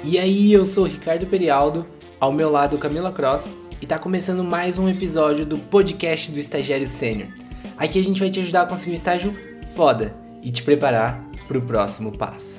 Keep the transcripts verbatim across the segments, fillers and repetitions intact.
E aí, eu sou o Ricardo Perialdo, ao meu lado Camila Cross, e tá começando mais um episódio do podcast do Estagiário Sênior. Aqui a gente vai te ajudar a conseguir um estágio foda e te preparar pro próximo passo.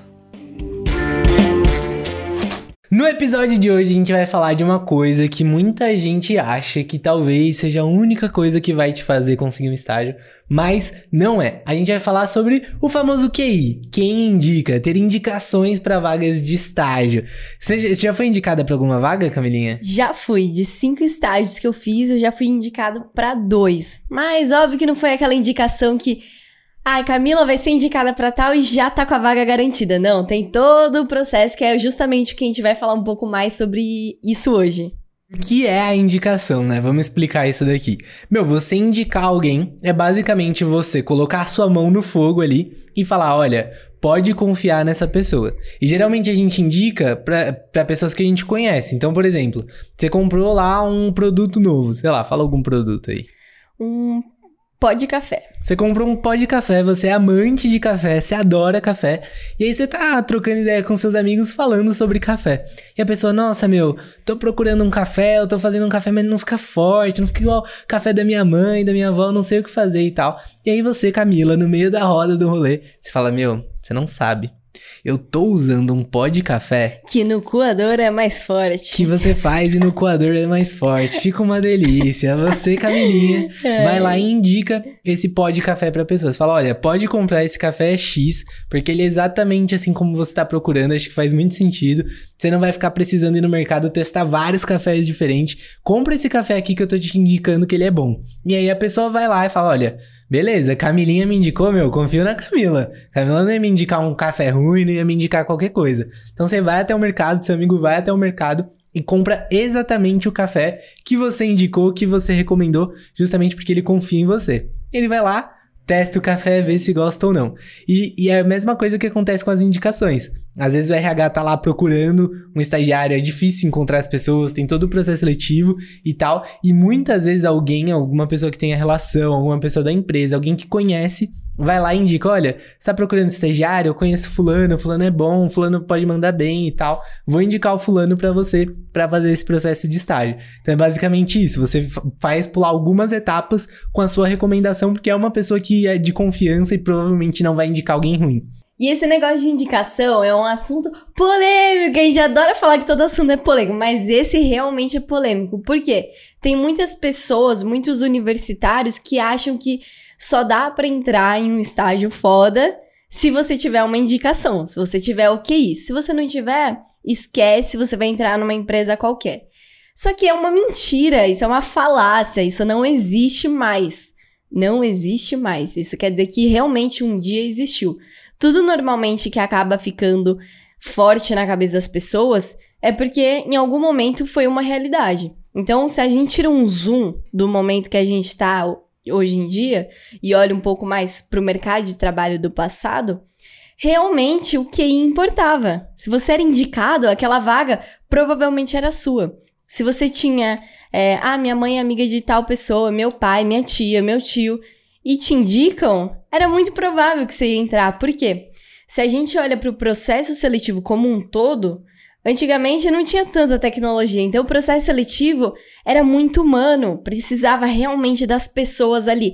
No episódio de hoje a gente vai falar de uma coisa que muita gente acha que talvez seja a única coisa que vai te fazer conseguir um estágio, mas não é. A gente vai falar sobre o famoso Q I, quem indica, ter indicações para vagas de estágio. Você já foi indicada para alguma vaga, Camilinha? Já fui. De cinco estágios que eu fiz, eu já fui indicado para dois. Mas óbvio que não foi aquela indicação que... Ai, Camila vai ser indicada pra tal e já tá com a vaga garantida. Não, tem todo o processo que é justamente o que a gente vai falar um pouco mais sobre isso hoje. O que é a indicação, né? Vamos explicar isso daqui. Meu, você indicar alguém é basicamente você colocar a sua mão no fogo ali e falar, olha, pode confiar nessa pessoa. E geralmente a gente indica pra, pra pessoas que a gente conhece. Então, por exemplo, você comprou lá um produto novo, sei lá, fala algum produto aí. Um... Pó de café. Você comprou um pó de café, você é amante de café, você adora café. E aí você tá trocando ideia com seus amigos falando sobre café. E a pessoa, nossa, meu, tô procurando um café, eu tô fazendo um café, mas não fica forte, não fica igual o café da minha mãe, da minha avó, não sei o que fazer e tal. E aí você, Camila, no meio da roda do rolê, você fala, meu, você não sabe. Eu tô usando um pó de café... Que no coador é mais forte. Que você faz e no coador é mais forte. Fica uma delícia. Você, Camilinha, é. vai lá e indica esse pó de café pra pessoas. Fala, olha, pode comprar esse café X, porque ele é exatamente assim como você tá procurando. Acho que faz muito sentido. Você não vai ficar precisando ir no mercado testar vários cafés diferentes. Compra esse café aqui que eu tô te indicando que ele é bom. E aí a pessoa vai lá e fala, olha... Beleza, Camilinha me indicou, meu, confio na Camila. Camila não ia me indicar um café ruim, não ia me indicar qualquer coisa. Então você vai até o mercado, seu amigo vai até o mercado e compra exatamente o café que você indicou, que você recomendou, justamente porque ele confia em você. Ele vai lá, testa o café, vê se gosta ou não. E, e é a mesma coisa que acontece com as indicações. Às vezes o R H tá lá procurando um estagiário, é difícil encontrar as pessoas, tem todo o processo seletivo e tal, e muitas vezes alguém, alguma pessoa que tenha relação, alguma pessoa da empresa, alguém que conhece, vai lá e indica, olha, você tá procurando estagiário? Eu conheço fulano, fulano é bom, fulano pode mandar bem e tal, vou indicar o fulano pra você, pra fazer esse processo de estágio. Então é basicamente isso, você faz pular algumas etapas com a sua recomendação, porque é uma pessoa que é de confiança e provavelmente não vai indicar alguém ruim. E esse negócio de indicação é um assunto polêmico, a gente adora falar que todo assunto é polêmico, mas esse realmente é polêmico. Por quê? Tem muitas pessoas, muitos universitários que acham que só dá pra entrar em um estágio foda se você tiver uma indicação, se você tiver o Q I. Se você não tiver, esquece, você vai entrar numa empresa qualquer. Só que é uma mentira, isso é uma falácia, isso não existe mais. Não existe mais. Isso quer dizer que realmente um dia existiu. Tudo normalmente que acaba ficando forte na cabeça das pessoas é porque em algum momento foi uma realidade. Então, se a gente tira um zoom do momento que a gente está hoje em dia e olha um pouco mais para o mercado de trabalho do passado, realmente o Q I importava. Se você era indicado, aquela vaga provavelmente era sua. Se você tinha, é, ah, minha mãe é amiga de tal pessoa, meu pai, minha tia, meu tio, e te indicam, era muito provável que você ia entrar. Por quê? Se a gente olha para o processo seletivo como um todo, antigamente não tinha tanta tecnologia, então o processo seletivo era muito humano, precisava realmente das pessoas ali,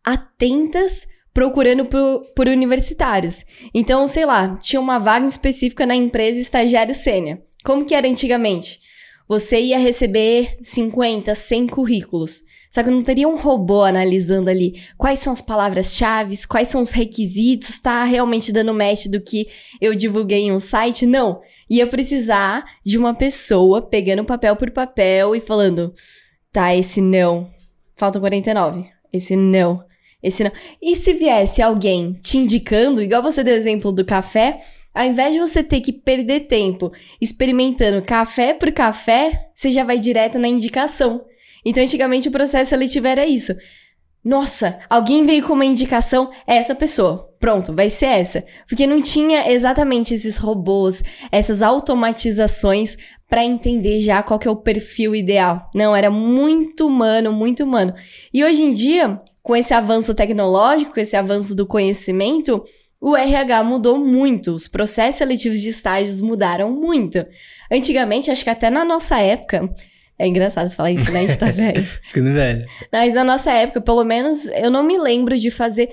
atentas, procurando por, por universitários. Então, sei lá, tinha uma vaga específica na empresa estagiário sênior. Como que era antigamente? Você ia receber cinquenta, cem currículos. Só que não teria um robô analisando ali quais são as palavras-chave, quais são os requisitos, tá realmente dando match do que eu divulguei em um site? Não. Ia precisar de uma pessoa pegando papel por papel e falando, tá, esse não. Faltam quarenta e nove. Esse não. Esse não. E se viesse alguém te indicando, igual você deu o exemplo do café, ao invés de você ter que perder tempo experimentando café por café, você já vai direto na indicação. Então, antigamente, o processo seletivo era isso. Nossa, alguém veio com uma indicação, é essa pessoa. Pronto, vai ser essa. Porque não tinha exatamente esses robôs, essas automatizações para entender já qual que é o perfil ideal. Não, era muito humano, muito humano. E hoje em dia, com esse avanço tecnológico, esse avanço do conhecimento, o R H mudou muito, os processos seletivos de estágios mudaram muito. Antigamente, acho que até na nossa época, é engraçado falar isso, né? A gente tá velho. Ficando velho. Mas na nossa época, pelo menos, eu não me lembro de fazer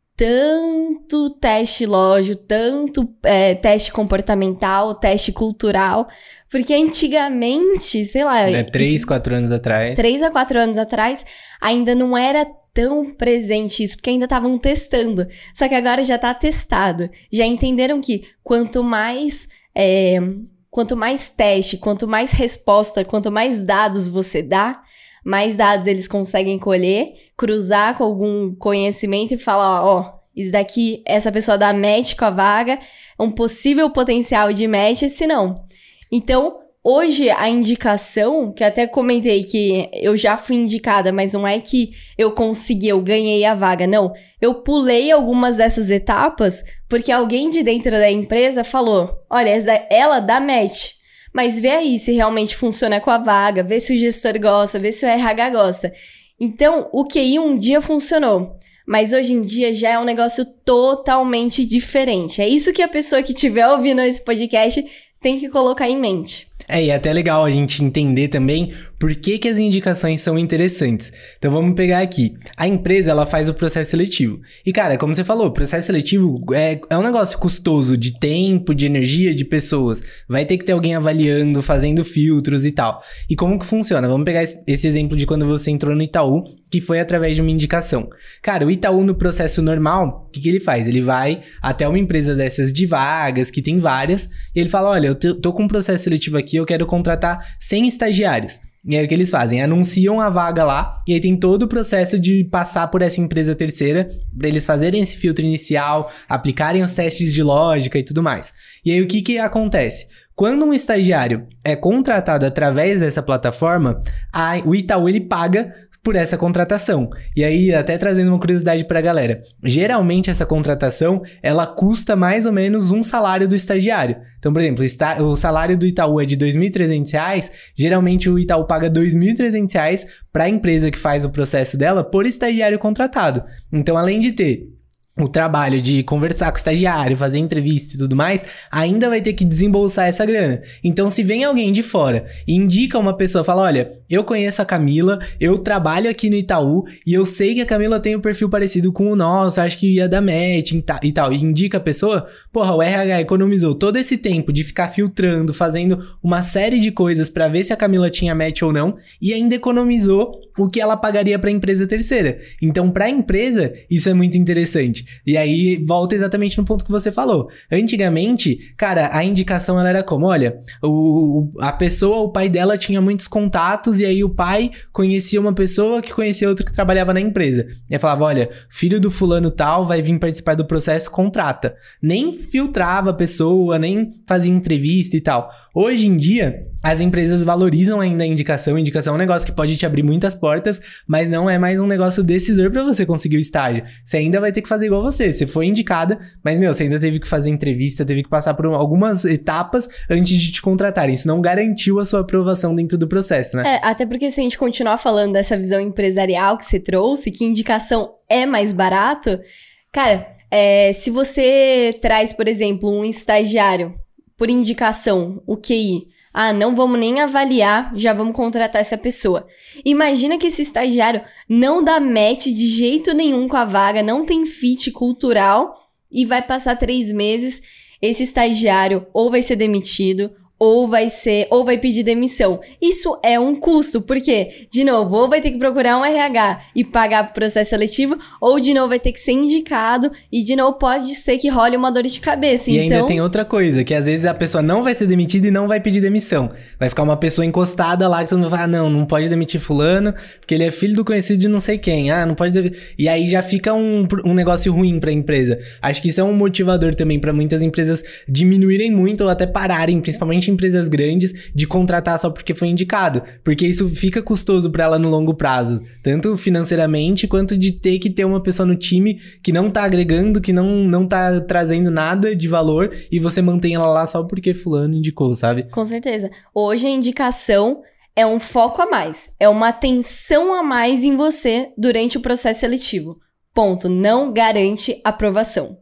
tanto teste lógico, tanto é, teste comportamental, teste cultural, porque antigamente, sei lá... É, três, quatro anos atrás. Três a quatro anos atrás, ainda não era tão presente isso, porque ainda estavam testando. Só que agora já tá testado. Já entenderam que quanto mais... É, quanto mais teste, quanto mais resposta, quanto mais dados você dá, mais dados eles conseguem colher, cruzar com algum conhecimento e falar, ó, ó, isso daqui, essa pessoa dá match com a vaga, um possível potencial de match, se não. Então, hoje a indicação, que eu até comentei que eu já fui indicada, mas não é que eu consegui, eu ganhei a vaga, não. Eu pulei algumas dessas etapas porque alguém de dentro da empresa falou, olha, ela dá match. Mas vê aí se realmente funciona com a vaga, vê se o gestor gosta, vê se o R H gosta. Então, o Q I um dia funcionou, mas hoje em dia já é um negócio totalmente diferente. É isso que a pessoa que estiver ouvindo esse podcast tem que colocar em mente. É, e é até legal a gente entender também por que que as indicações são interessantes. Então vamos pegar aqui. A empresa, ela faz o processo seletivo. E cara, como você falou, o processo seletivo é, é um negócio custoso de tempo, de energia, de pessoas. Vai ter que ter alguém avaliando, fazendo filtros e tal. E como que funciona? Vamos pegar esse exemplo de quando você entrou no Itaú, que foi através de uma indicação. Cara, o Itaú no processo normal, o que que ele faz? Ele vai até uma empresa dessas de vagas, que tem várias, e ele fala, olha, eu tô com um processo seletivo aqui, eu quero contratar cem estagiários. E aí o que eles fazem? Anunciam a vaga lá, e aí tem todo o processo de passar por essa empresa terceira, para eles fazerem esse filtro inicial, aplicarem os testes de lógica e tudo mais. E aí o que que acontece? Quando um estagiário é contratado através dessa plataforma, a, o Itaú ele paga por essa contratação. E aí, até trazendo uma curiosidade pra galera, geralmente essa contratação, ela custa mais ou menos um salário do estagiário. Então, por exemplo, o salário do Itaú é de dois mil e trezentos reais, geralmente o Itaú paga dois mil e trezentos reais pra empresa que faz o processo dela por estagiário contratado. Então, além de ter o trabalho de conversar com o estagiário, fazer entrevista e tudo mais, ainda vai ter que desembolsar essa grana. Então, se vem alguém de fora e indica uma pessoa, fala, olha, eu conheço a Camila, eu trabalho aqui no Itaú e eu sei que a Camila tem um perfil parecido com o nosso, acho que ia dar match e tal, e indica a pessoa, porra, o R H economizou todo esse tempo de ficar filtrando, fazendo uma série de coisas pra ver se a Camila tinha match ou não, e ainda economizou o que ela pagaria pra empresa terceira. Então, pra empresa, isso é muito interessante. E aí, volta exatamente no ponto que você falou. Antigamente, cara, a indicação ela era como? Olha, o, a pessoa, o pai dela tinha muitos contatos e aí o pai conhecia uma pessoa que conhecia outra que trabalhava na empresa. E aí falava, olha, filho do fulano tal vai vir participar do processo, contrata. Nem filtrava a pessoa, nem fazia entrevista e tal. Hoje em dia, as empresas valorizam ainda a indicação. A indicação é um negócio que pode te abrir muitas portas, mas não é mais um negócio decisor pra você conseguir o estágio. Você ainda vai ter que fazer igual você. Você foi indicada, mas, meu, você ainda teve que fazer entrevista, teve que passar por algumas etapas antes de te contratarem. Isso não garantiu a sua aprovação dentro do processo, né? É, até porque se a gente continuar falando dessa visão empresarial que você trouxe, que indicação é mais barato, cara, é, se você traz, por exemplo, um estagiário por indicação, o Q I, ah, não vamos nem avaliar, já vamos contratar essa pessoa. Imagina que esse estagiário não dá match de jeito nenhum com a vaga, não tem fit cultural e vai passar três meses, esse estagiário ou vai ser demitido, ou vai ser, ou vai pedir demissão. Isso é um custo, porque, de novo, ou vai ter que procurar um R H e pagar o processo seletivo, ou de novo vai ter que ser indicado, e de novo pode ser que role uma dor de cabeça. E então... ainda tem outra coisa, que às vezes a pessoa não vai ser demitida e não vai pedir demissão. Vai ficar uma pessoa encostada lá, que todo mundo vai falar, ah, não, não pode demitir fulano, porque ele é filho do conhecido de não sei quem. Ah, não pode demitir. E aí já fica um, um negócio ruim pra empresa. Acho que isso é um motivador também pra muitas empresas diminuírem muito ou até pararem, principalmente empresas grandes, de contratar só porque foi indicado, porque isso fica custoso para ela no longo prazo, tanto financeiramente quanto de ter que ter uma pessoa no time que não tá agregando, que não, não tá trazendo nada de valor e você mantém ela lá só porque fulano indicou, sabe? Com certeza. Hoje a indicação é um foco a mais, é uma atenção a mais em você durante o processo seletivo. Ponto. Não garante aprovação.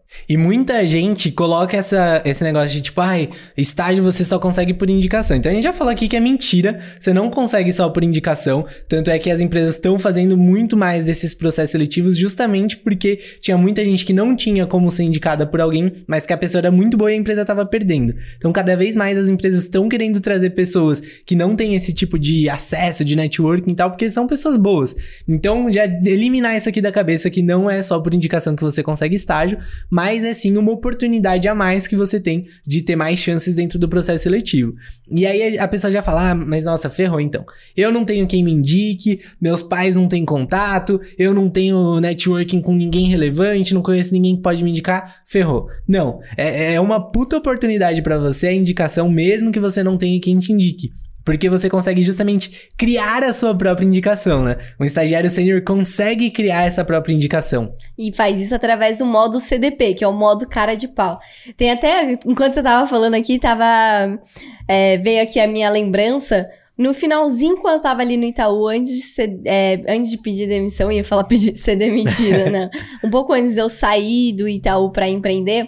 E muita gente coloca essa, esse negócio de tipo, ai, estágio você só consegue por indicação. Então a gente já falou aqui que é mentira, você não consegue só por indicação. Tanto é que as empresas estão fazendo muito mais desses processos seletivos justamente porque tinha muita gente que não tinha como ser indicada por alguém, mas que a pessoa era muito boa e a empresa estava perdendo. Então cada vez mais as empresas estão querendo trazer pessoas que não têm esse tipo de acesso, de networking e tal, porque são pessoas boas. Então já eliminar isso aqui da cabeça que não é só por indicação que você consegue estágio, mas mas é sim uma oportunidade a mais que você tem de ter mais chances dentro do processo seletivo. E aí a pessoa já fala, ah, mas nossa, ferrou então. Eu não tenho quem me indique, meus pais não têm contato, eu não tenho networking com ninguém relevante, não conheço ninguém que pode me indicar, ferrou. Não, é, é uma puta oportunidade pra você a indicação, mesmo que você não tenha quem te indique. Porque você consegue justamente criar a sua própria indicação, né? Um estagiário sênior consegue criar essa própria indicação. E faz isso através do modo C D P, que é o modo cara de pau. Tem até, enquanto você tava falando aqui, tava... É, veio aqui a minha lembrança. No finalzinho, quando eu tava ali no Itaú, antes de, ser, é, antes de pedir demissão, ia falar pedir, ser demitida, né? Um pouco antes de eu sair do Itaú pra empreender...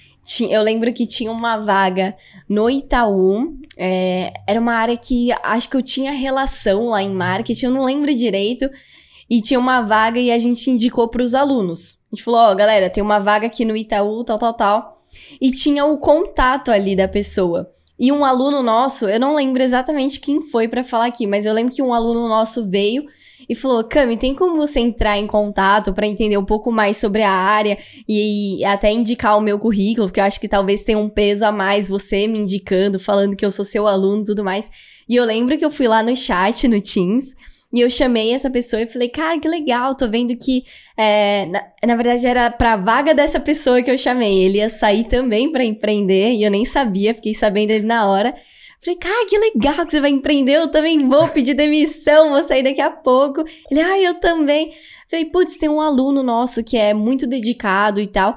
Eu lembro que tinha uma vaga no Itaú, é, era uma área que acho que eu tinha relação lá em marketing, eu não lembro direito, e tinha uma vaga e a gente indicou para os alunos. A gente falou, ó, oh, galera, tem uma vaga aqui no Itaú, tal, tal, tal, e tinha o contato ali da pessoa. E um aluno nosso, eu não lembro exatamente quem foi para falar aqui, mas eu lembro que um aluno nosso veio e falou, Cami, tem como você entrar em contato para entender um pouco mais sobre a área e, e até indicar o meu currículo, porque eu acho que talvez tenha um peso a mais você me indicando, falando que eu sou seu aluno e tudo mais. E eu lembro que eu fui lá no chat, no Teams, e eu chamei essa pessoa e falei, cara, que legal, tô vendo que, é, na, na verdade era pra vaga dessa pessoa que eu chamei, ele ia sair também pra empreender, e eu nem sabia, fiquei sabendo ele na hora. Falei, cara, que legal que você vai empreender, eu também vou pedir demissão, vou sair daqui a pouco. Ele, ah, eu também. Falei, putz, tem um aluno nosso que é muito dedicado e tal.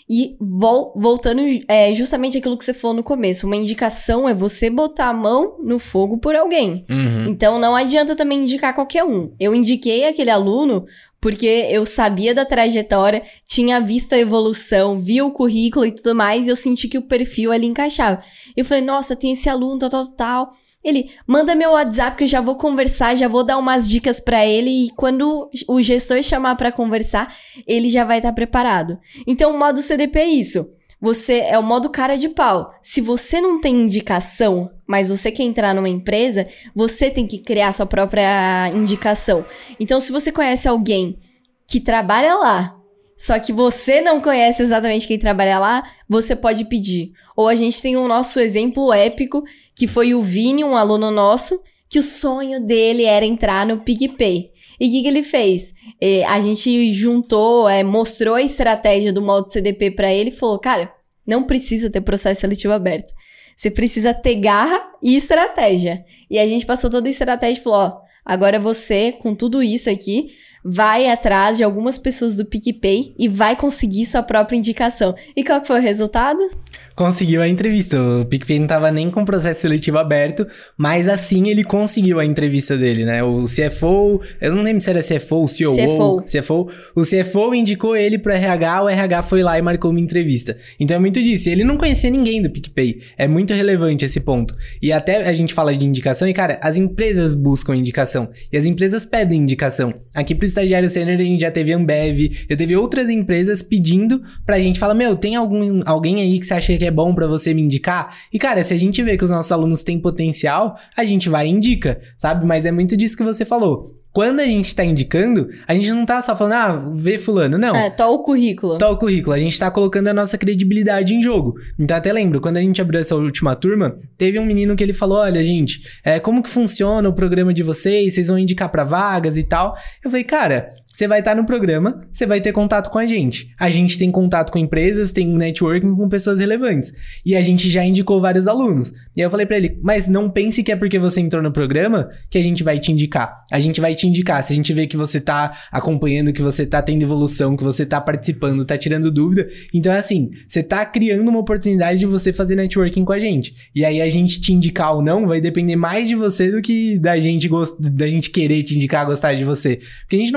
E vol- voltando é, justamente aquilo que você falou no começo, uma indicação é você botar a mão no fogo por alguém. Uhum. Então não adianta também indicar qualquer um. Eu indiquei aquele aluno porque eu sabia da trajetória, tinha visto a evolução, vi o currículo e tudo mais, e eu senti que o perfil ali encaixava. Eu falei, nossa, tem esse aluno, tal, tal, tal. Ele, manda meu WhatsApp que eu já vou conversar, já vou dar umas dicas pra ele, e quando o gestor chamar pra conversar, ele já vai estar preparado. Então, o modo C D P é isso. Você é o modo cara de pau. Se você não tem indicação, mas você quer entrar numa empresa, você tem que criar sua própria indicação. Então, se você conhece alguém que trabalha lá, só que você não conhece exatamente quem trabalha lá, você pode pedir. Ou a gente tem o nosso exemplo épico, que foi o Vini, um aluno nosso, que o sonho dele era entrar no PicPay. E o que, que ele fez? É, a gente juntou, é, mostrou a estratégia do modo C D P pra ele e falou, cara, não precisa ter processo seletivo aberto. Você precisa ter garra e estratégia. E a gente passou toda a estratégia e falou, ó, agora você, com tudo isso aqui, vai atrás de algumas pessoas do PicPay e vai conseguir sua própria indicação. E qual que foi o resultado? Conseguiu a entrevista. O PicPay não tava nem com o processo seletivo aberto, mas assim ele conseguiu a entrevista dele, né? O C F O, eu não lembro se era C F O, C O O, C F O. C F O. O C F O indicou ele pro R H, o R H foi lá e marcou uma entrevista. Então é muito disso. Ele não conhecia ninguém do PicPay. É muito relevante esse ponto. E até a gente fala de indicação e, cara, as empresas buscam indicação. E as empresas pedem indicação. Aqui pro estagiário sênior a gente já teve Ambev, já teve outras empresas pedindo pra gente falar, meu, tem algum, alguém aí que você acha que é bom pra você me indicar? E, cara, se a gente vê que os nossos alunos têm potencial, a gente vai e indica, sabe? Mas é muito disso que você falou. Quando a gente tá indicando, a gente não tá só falando, ah, vê fulano, não. É, tá o currículo. Tá o currículo. A gente tá colocando a nossa credibilidade em jogo. Então, até lembro, quando a gente abriu essa última turma, teve um menino que ele falou, olha, gente, é, como que funciona o programa de vocês? Vocês vão indicar pra vagas e tal? Eu falei, cara, você vai estar no programa, você vai ter contato com a gente. A gente tem contato com empresas, tem networking com pessoas relevantes. E a gente já indicou vários alunos. E aí eu falei pra ele, mas não pense que é porque você entrou no programa que a gente vai te indicar. A gente vai te indicar. Se a gente vê que você tá acompanhando, que você tá tendo evolução, que você tá participando, tá tirando dúvida. Então é assim, você tá criando uma oportunidade de você fazer networking com a gente. E aí a gente te indicar ou não vai depender mais de você do que da gente, gost... da gente querer te indicar, gostar de você. Porque a gente não vai sair indicando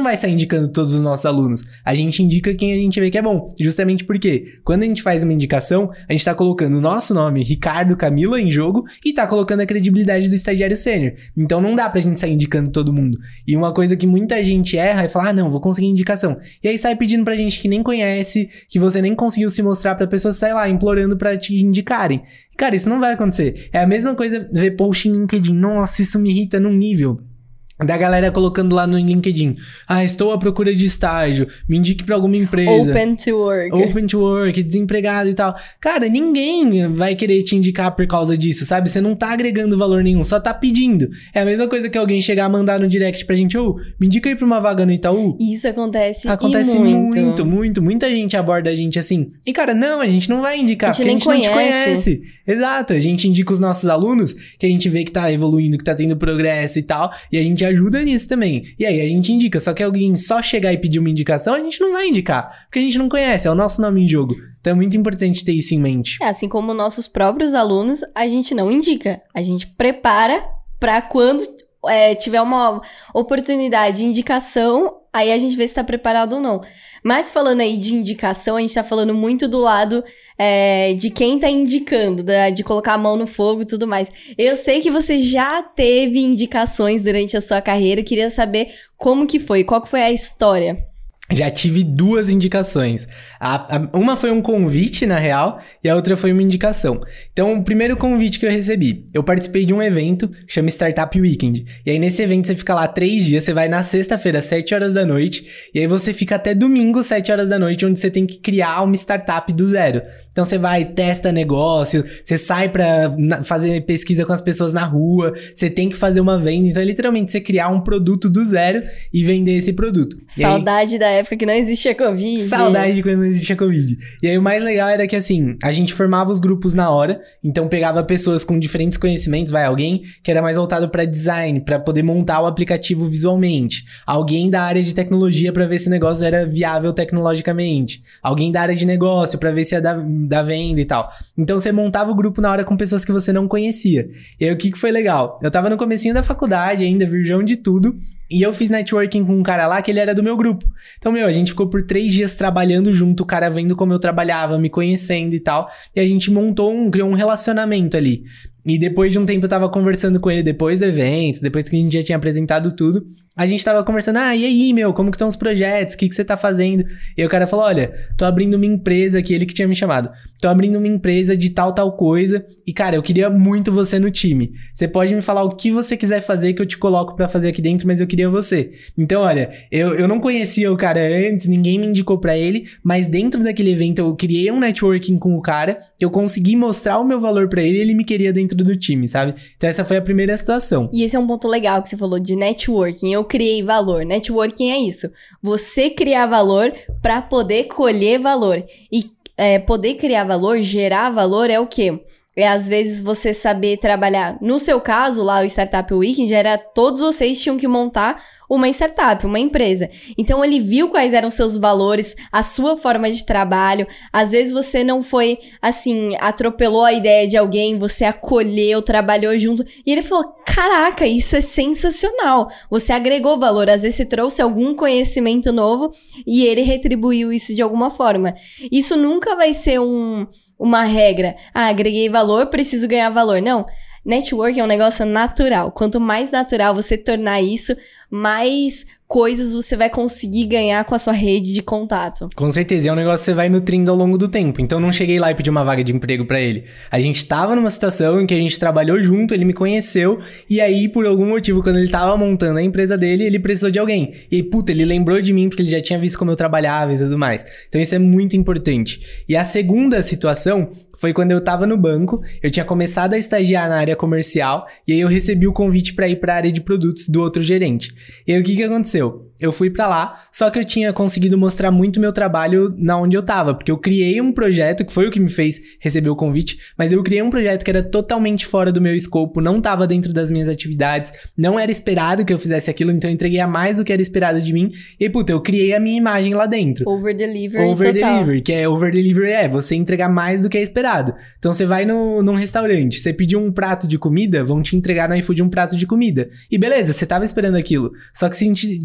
indicando todos os nossos alunos. A gente indica quem a gente vê que é bom. Justamente porque quando a gente faz uma indicação, a gente tá colocando o nosso nome, Ricardo Camila, em jogo e tá colocando a credibilidade do estagiário sênior. Então não dá pra gente sair indicando todo mundo. E uma coisa que muita gente erra é falar, ah, não, vou conseguir indicação. E aí sai pedindo pra gente que nem conhece, que você nem conseguiu se mostrar pra pessoa, sai lá implorando pra te indicarem. Cara, isso não vai acontecer. É a mesma coisa ver post em LinkedIn. Nossa, isso me irrita num nível. Da galera colocando lá no LinkedIn, ah, estou à procura de estágio, me indique pra alguma empresa. Open to work. Open to work, desempregado e tal. Cara, ninguém vai querer te indicar por causa disso, sabe? Você não tá agregando valor nenhum, só tá pedindo. É a mesma coisa que alguém chegar a mandar no direct pra gente, ô, oh, me indica aí pra uma vaga no Itaú. Isso acontece Acontece e muito. muito, muito. Muita gente aborda a gente assim. E cara, não, a gente não vai indicar, a gente porque nem a gente conhece. não te conhece. Exato, a gente indica os nossos alunos, que a gente vê que tá evoluindo, que tá tendo progresso e tal, e a gente ajuda nisso também. E aí a gente indica, só que alguém só chegar e pedir uma indicação, a gente não vai indicar, porque a gente não conhece, é o nosso nome em jogo. Então é muito importante ter isso em mente. É, assim como nossos próprios alunos, a gente não indica, a gente prepara pra quando é, tiver uma oportunidade de indicação, aí a gente vê se tá preparado ou não. Mas falando aí de indicação, a gente tá falando muito do lado é, de quem tá indicando, da, de colocar a mão no fogo e tudo mais. Eu sei que você já teve indicações durante a sua carreira, queria saber como que foi, qual que foi a história. Já tive duas indicações. A, a, uma foi um convite, na real, e a outra foi uma indicação. Então, o primeiro convite que eu recebi, eu participei de um evento que chama Startup Weekend. E aí, nesse evento, você fica lá três dias, você vai na sexta-feira, sete horas da noite, e aí você fica até domingo, sete horas da noite, onde você tem que criar uma startup do zero. Então, você vai, testa negócio, você sai pra na, fazer pesquisa com as pessoas na rua, você tem que fazer uma venda. Então, é literalmente você criar um produto do zero e vender esse produto. Saudade da época que não existia Covid. Saudade de quando não existia Covid. E aí o mais legal era que assim, a gente formava os grupos na hora, então pegava pessoas com diferentes conhecimentos, vai, alguém que era mais voltado para design, para poder montar o aplicativo visualmente, alguém da área de tecnologia para ver se o negócio era viável tecnologicamente, alguém da área de negócio para ver se ia dar, dar venda e tal. Então você montava o grupo na hora com pessoas que você não conhecia. E aí o que que foi legal? Eu tava no comecinho da faculdade ainda, virgão de tudo, e eu fiz networking com um cara lá que ele era do meu grupo. Então, meu, a gente ficou por três dias trabalhando junto, o cara vendo como eu trabalhava, me conhecendo e tal. E a gente montou um, criou um relacionamento ali. E depois de um tempo eu tava conversando com ele depois do evento, depois que a gente já tinha apresentado tudo. A gente tava conversando, ah, e aí, meu, como que estão os projetos? O que que você tá fazendo? E aí o cara falou, olha, tô abrindo uma empresa aqui, ele que tinha me chamado. Tô abrindo uma empresa de tal, tal coisa. E, cara, eu queria muito você no time. Você pode me falar o que você quiser fazer que eu te coloco pra fazer aqui dentro, mas eu queria você. Então, olha, eu, eu não conhecia o cara antes, ninguém me indicou pra ele, mas dentro daquele evento eu criei um networking com o cara, eu consegui mostrar o meu valor pra ele e ele me queria dentro do time, sabe? Então essa foi a primeira situação. E esse é um ponto legal que você falou de networking. Eu criei valor. Networking é isso. Você criar valor pra poder colher valor. E é, poder criar valor, gerar valor é o quê? É às vezes você saber trabalhar. No seu caso, lá o Startup Weekend, era todos vocês tinham que montar uma startup, uma empresa. Então ele viu quais eram seus valores, a sua forma de trabalho. Às vezes você não foi, assim, atropelou a ideia de alguém, você acolheu, trabalhou junto. E ele falou, caraca, isso é sensacional. Você agregou valor, às vezes você trouxe algum conhecimento novo e ele retribuiu isso de alguma forma. Isso nunca vai ser um, uma regra. Ah, agreguei valor, preciso ganhar valor. Não. Network é um negócio natural. Quanto mais natural você tornar isso, mais coisas você vai conseguir ganhar com a sua rede de contato. Com certeza, é um negócio que você vai nutrindo ao longo do tempo. Então, não cheguei lá e pedi uma vaga de emprego pra ele. A gente tava numa situação em que a gente trabalhou junto, ele me conheceu, e aí, por algum motivo, quando ele tava montando a empresa dele, ele precisou de alguém. E aí, puta, ele lembrou de mim porque ele já tinha visto como eu trabalhava e tudo mais. Então, isso é muito importante. E a segunda situação foi quando eu tava no banco, eu tinha começado a estagiar na área comercial, e aí eu recebi o convite pra ir pra área de produtos do outro gerente. E aí o que que aconteceu? Eu fui pra lá, só que eu tinha conseguido mostrar muito meu trabalho na onde eu tava, porque eu criei um projeto, que foi o que me fez receber o convite, mas eu criei um projeto que era totalmente fora do meu escopo, não tava dentro das minhas atividades, não era esperado que eu fizesse aquilo, então eu entreguei a mais do que era esperado de mim, e puta, eu criei a minha imagem lá dentro. Over-delivery Over-delivery, que é over-delivery, é você entregar mais do que é esperado. Então você vai no, num restaurante, você pediu um prato de comida, vão te entregar no iFood um prato de comida, e beleza, você tava esperando aquilo, só que se te, te entregar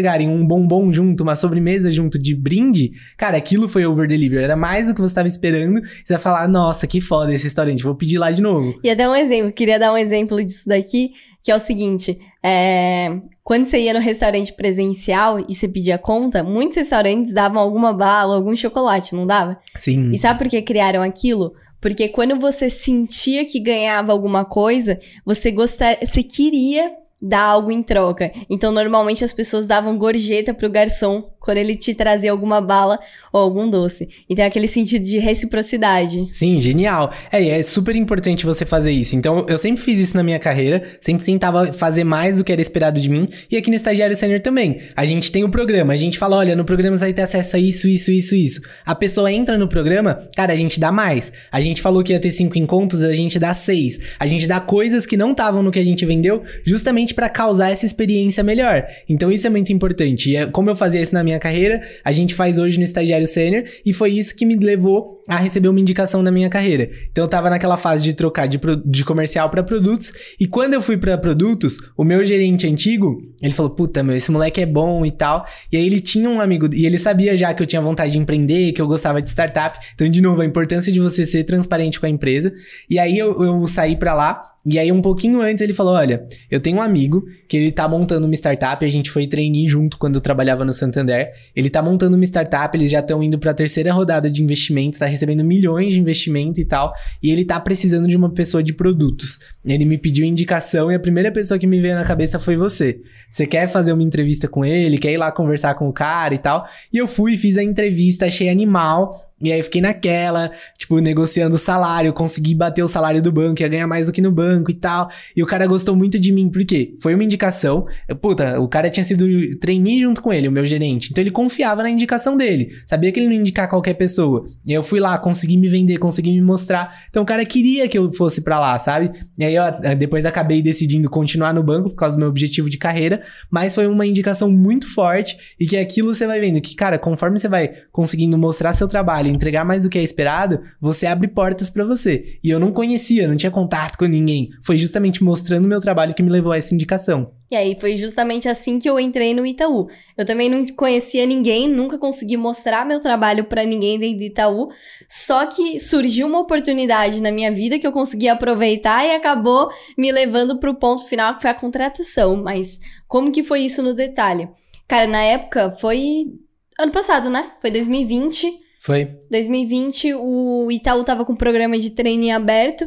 entregarem um bombom junto, uma sobremesa junto de brinde, cara, aquilo foi over delivery. Era mais do que você tava esperando. Você vai falar, nossa, que foda esse restaurante, vou pedir lá de novo. Ia dar um exemplo, queria dar um exemplo disso daqui, que é o seguinte, é... quando você ia no restaurante presencial e você pedia conta, muitos restaurantes davam alguma bala, algum chocolate, não dava? Sim. E sabe por que criaram aquilo? Porque quando você sentia que ganhava alguma coisa, você gostar... você queria dar algo em troca. Então, normalmente, as pessoas davam gorjeta pro garçom quando ele te trazia alguma bala ou algum doce. Então, é aquele sentido de reciprocidade. Sim, genial. É, é super importante você fazer isso. Então, eu sempre fiz isso na minha carreira, sempre tentava fazer mais do que era esperado de mim. E aqui no Estagiário Sênior também. A gente tem o programa, a gente fala, olha, no programa você vai ter acesso a isso, isso, isso, isso. A pessoa entra no programa, cara, a gente dá mais. A gente falou que ia ter cinco encontros, a gente dá seis. A gente dá coisas que não estavam no que a gente vendeu, justamente para causar essa experiência melhor. Então isso é muito importante. E é, como eu fazia isso na minha carreira, a gente faz hoje no Estagiário Sênior, e foi isso que me levou a receber uma indicação na minha carreira. Então eu tava naquela fase de trocar de, pro, de comercial para produtos, e quando eu fui para produtos, o meu gerente antigo, ele falou, puta, meu, esse moleque é bom e tal, e aí ele tinha um amigo, e ele sabia já que eu tinha vontade de empreender, que eu gostava de startup, então de novo, a importância de você ser transparente com a empresa, e aí eu, eu saí pra lá. E aí, um pouquinho antes, ele falou, olha, eu tenho um amigo que ele tá montando uma startup, a gente foi trainee junto quando eu trabalhava no Santander, ele tá montando uma startup, eles já estão indo pra terceira rodada de investimentos, tá recebendo milhões de investimento e tal, e ele tá precisando de uma pessoa de produtos. Ele me pediu indicação e a primeira pessoa que me veio na cabeça foi você. Você quer fazer uma entrevista com ele, quer ir lá conversar com o cara e tal? E eu fui, fiz a entrevista, achei animal. E aí eu fiquei naquela, tipo, negociando o salário, consegui bater o salário do banco, ia ganhar mais do que no banco e tal. E o cara gostou muito de mim, por quê? Foi uma indicação, puta, o cara tinha sido trainee junto com ele, o meu gerente. Então ele confiava na indicação dele, sabia que ele não ia indicar qualquer pessoa. E aí eu fui lá, consegui me vender, consegui me mostrar. Então o cara queria que eu fosse pra lá, sabe? E aí eu depois acabei decidindo continuar no banco por causa do meu objetivo de carreira, mas foi uma indicação muito forte e que aquilo você vai vendo que, cara, conforme você vai conseguindo mostrar seu trabalho, entregar mais do que é esperado, você abre portas pra você. E eu não conhecia, não tinha contato com ninguém. Foi justamente mostrando o meu trabalho que me levou a essa indicação. E aí, foi justamente assim que eu entrei no Itaú. Eu também não conhecia ninguém, nunca consegui mostrar meu trabalho pra ninguém dentro do Itaú, só que surgiu uma oportunidade na minha vida que eu consegui aproveitar e acabou me levando pro ponto final, que foi a contratação. Mas como que foi isso no detalhe? Cara, na época, foi ano passado, né? Foi dois mil e vinte... Foi. dois mil e vinte, o Itaú tava com um programa de trainee aberto.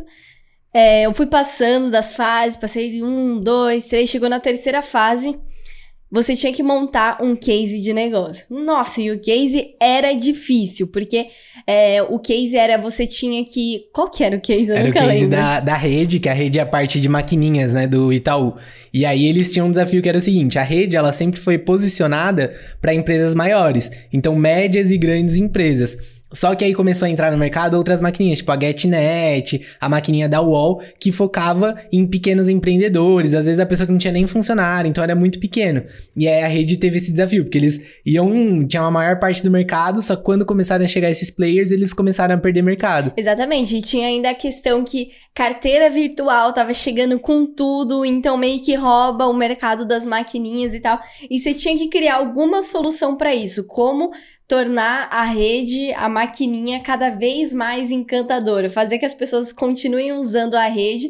É, eu fui passando das fases, passei um, dois, três, chegou na terceira fase. Você tinha que montar um case de negócio. Nossa, e o case era difícil, porque é, o case era, você tinha que... Qual que era o case? Eu era nunca o case lembro. da, da rede, que a rede é a parte de maquininhas, né, do Itaú. E aí eles tinham um desafio que era o seguinte, a rede, ela sempre foi posicionada para empresas maiores. Então, médias e grandes empresas. Só que aí começou a entrar no mercado outras maquininhas, tipo a GetNet, a maquininha da U O L, que focava em pequenos empreendedores, às vezes a pessoa que não tinha nem funcionário, então era muito pequeno. E aí a rede teve esse desafio, porque eles iam, tinham a maior parte do mercado, só que quando começaram a chegar esses players, eles começaram a perder mercado. Exatamente, e tinha ainda a questão que carteira virtual tava chegando com tudo, então meio que rouba o mercado das maquininhas e tal, e você tinha que criar alguma solução para isso, como tornar a rede, a maquininha cada vez mais encantadora, fazer que as pessoas continuem usando a rede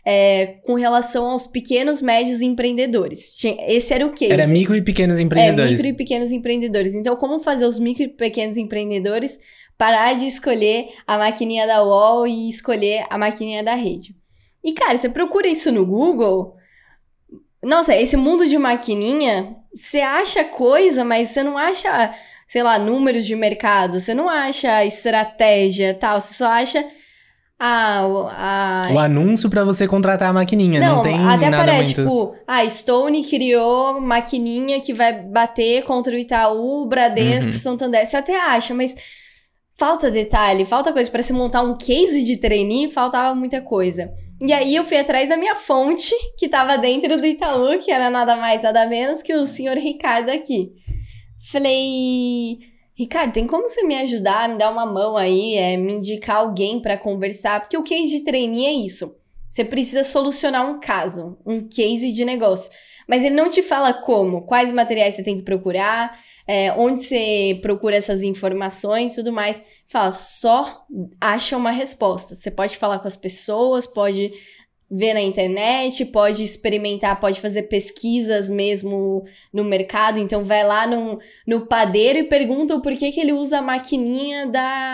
é, com relação aos pequenos, médios empreendedores. Tinha, esse era o case. Era micro e pequenos empreendedores. É, micro e pequenos empreendedores. Então, como fazer os micro e pequenos empreendedores parar de escolher a maquininha da U O L e escolher a maquininha da rede? E, cara, você procura isso no Google... Nossa, esse mundo de maquininha, você acha coisa, mas você não acha... sei lá, números de mercado, você não acha estratégia, tal, você só acha a... a... o anúncio pra você contratar a maquininha, não, não tem até nada aparece, muito... tipo, a Stone criou maquininha que vai bater contra o Itaú, Bradesco, uhum. Santander, você até acha, mas falta detalhe, falta coisa, para se montar um case de trainee, faltava muita coisa. E aí eu fui atrás da minha fonte, que tava dentro do Itaú, que era nada mais, nada menos que o senhor Ricardo aqui. Falei, Ricardo, tem como você me ajudar, me dar uma mão aí, é, me indicar alguém pra conversar? Porque o case de trainee é isso. Você precisa solucionar um caso, um case de negócio. Mas ele não te fala como, quais materiais você tem que procurar, é, onde você procura essas informações e tudo mais. Fala, só acha uma resposta. Você pode falar com as pessoas, pode ver na internet, pode experimentar, pode fazer pesquisas mesmo no mercado. Então vai lá no, no padeiro e pergunta o porquê que ele usa a maquininha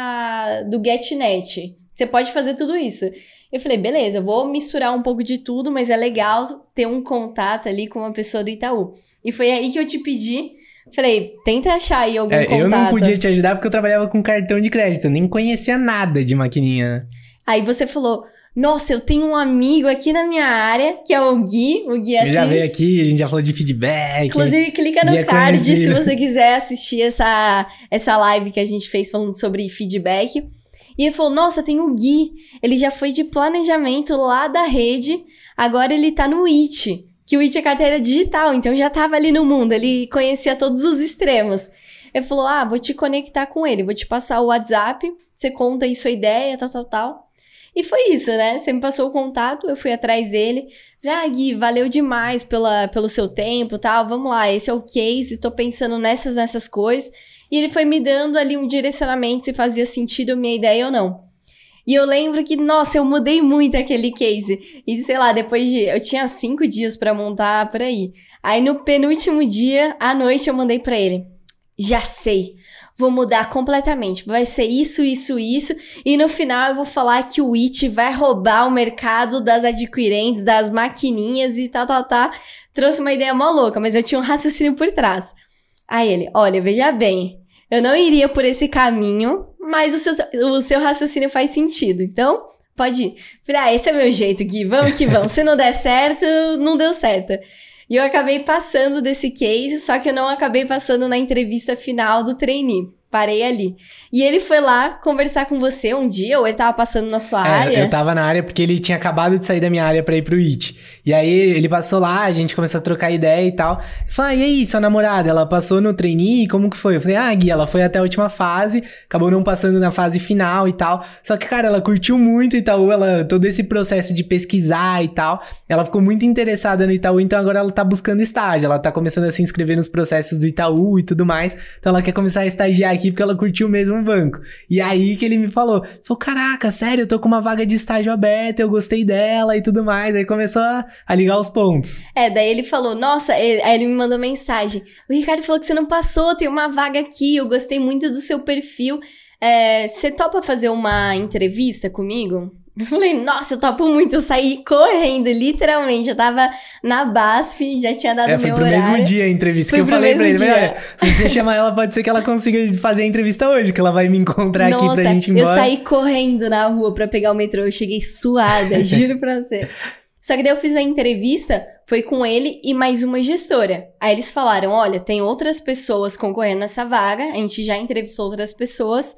da, do GetNet. Você pode fazer tudo isso. Eu falei, beleza, eu vou misturar um pouco de tudo, mas é legal ter um contato ali com uma pessoa do Itaú. E foi aí que eu te pedi, falei, tenta achar aí algum é, contato. Eu não podia te ajudar porque eu trabalhava com cartão de crédito, eu nem conhecia nada de maquininha. Aí você falou, nossa, eu tenho um amigo aqui na minha área, que é o Gui, o Gui Assis. Ele já veio aqui, a gente já falou de feedback. Inclusive, clica no card se você quiser assistir essa, essa live que a gente fez falando sobre feedback. E ele falou, nossa, tem o Gui, ele já foi de planejamento lá da rede, agora ele tá no I T, que o I T é carteira digital, então já tava ali no mundo, ele conhecia todos os extremos. Ele falou, ah, vou te conectar com ele, vou te passar o WhatsApp, você conta aí sua ideia, tal, tal, tal. E foi isso, né? Você me passou o contato, eu fui atrás dele. Ah, Gui, valeu demais pela, pelo seu tempo e tal, vamos lá, esse é o case, tô pensando nessas, nessas coisas. E ele foi me dando ali um direcionamento se fazia sentido a minha ideia ou não. E eu lembro que, nossa, eu mudei muito aquele case. E sei lá, depois de... Eu tinha cinco dias pra montar por aí. Aí no penúltimo dia, à noite, eu mandei pra ele. Já sei. Vou mudar completamente. Vai ser isso, isso, isso. E no final eu vou falar que o I T vai roubar o mercado das adquirentes, das maquininhas e tal, tal, tal. Trouxe uma ideia mó louca, mas eu tinha um raciocínio por trás. Aí ele, olha, veja bem, eu não iria por esse caminho, mas o seu, o seu raciocínio faz sentido, então pode ir. Falei, ah, esse é meu jeito, Gui, vamos que vamos. Se não der certo, não deu certo. E eu acabei passando desse case, só que eu não acabei passando na entrevista final do trainee. Parei ali. E ele foi lá conversar com você um dia, ou ele tava passando na sua é, área? Eu tava na área porque ele tinha acabado de sair da minha área pra ir pro I T. E aí ele passou lá, a gente começou a trocar ideia e tal. Eu falei, ah, e aí, sua namorada, ela passou no trainee, como que foi? Eu falei, ah, Gui, ela foi até a última fase, acabou não passando na fase final e tal. Só que, cara, ela curtiu muito o Itaú, ela, todo esse processo de pesquisar e tal. Ela ficou muito interessada no Itaú, então agora ela tá buscando estágio. Ela tá começando a se inscrever nos processos do Itaú e tudo mais. Então ela quer começar a estagiar aqui porque ela curtiu mesmo o banco. E aí que ele me falou, falou, caraca, sério, eu tô com uma vaga de estágio aberta, eu gostei dela e tudo mais. Aí começou a, a ligar os pontos. É, daí ele falou, nossa, ele, aí ele me mandou mensagem, o Ricardo falou que você não passou, tem uma vaga aqui, eu gostei muito do seu perfil, é, você topa fazer uma entrevista comigo? Eu falei, nossa, eu topo muito, eu saí correndo, literalmente, eu tava na BASF, já tinha dado é, meu horário. Foi pro mesmo dia a entrevista, foi que eu falei pra ele, dia. se você chamar ela, pode ser que ela consiga fazer a entrevista hoje, que ela vai me encontrar nossa, aqui pra gente ir embora. Eu saí correndo na rua pra pegar o metrô, eu cheguei suada, juro pra você. Só que daí eu fiz a entrevista, foi com ele e mais uma gestora. Aí eles falaram, olha, tem outras pessoas concorrendo nessa vaga, a gente já entrevistou outras pessoas,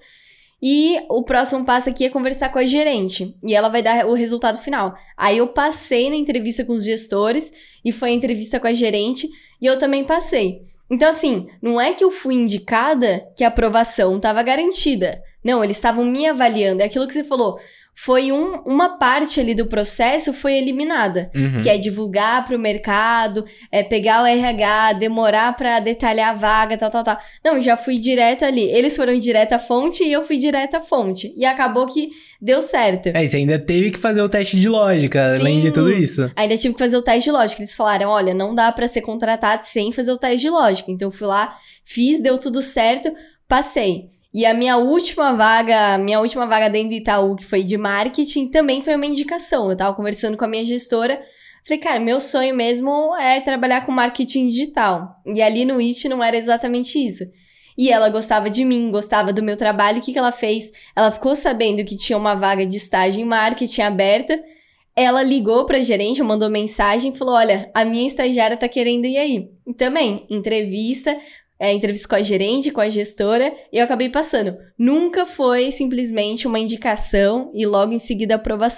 e o próximo passo aqui é conversar com a gerente. E ela vai dar o resultado final. Aí eu passei na entrevista com os gestores. E foi a entrevista com a gerente. E eu também passei. Então assim, não é que eu fui indicada que a aprovação estava garantida. Não, eles estavam me avaliando. É aquilo que você falou. Foi um, uma parte ali do processo foi eliminada, uhum. que é divulgar para o mercado, é pegar o R H, demorar para detalhar a vaga, tal, tal, tal. Não, já fui direto ali. Eles foram direto à fonte e eu fui direto à fonte. E acabou que deu certo. É, você ainda teve que fazer o teste de lógica, Sim, além de tudo isso. Ainda tive que fazer o teste de lógica. Eles falaram, olha, não dá para ser contratado sem fazer o teste de lógica. Então eu fui lá, fiz, deu tudo certo, passei. E a minha última vaga, minha última vaga dentro do Itaú, que foi de marketing, também foi uma indicação. Eu tava conversando com a minha gestora, falei, cara, meu sonho mesmo é trabalhar com marketing digital. E ali no I T não era exatamente isso. E ela gostava de mim, gostava do meu trabalho. O que que ela fez? Ela ficou sabendo que tinha uma vaga de estágio em marketing aberta. Ela ligou pra gerente, mandou mensagem e falou, olha, a minha estagiária tá querendo ir aí. E também, entrevista... É, entrevista com a gerente, com a gestora, e eu acabei passando. Nunca foi simplesmente uma indicação e logo em seguida aprovação.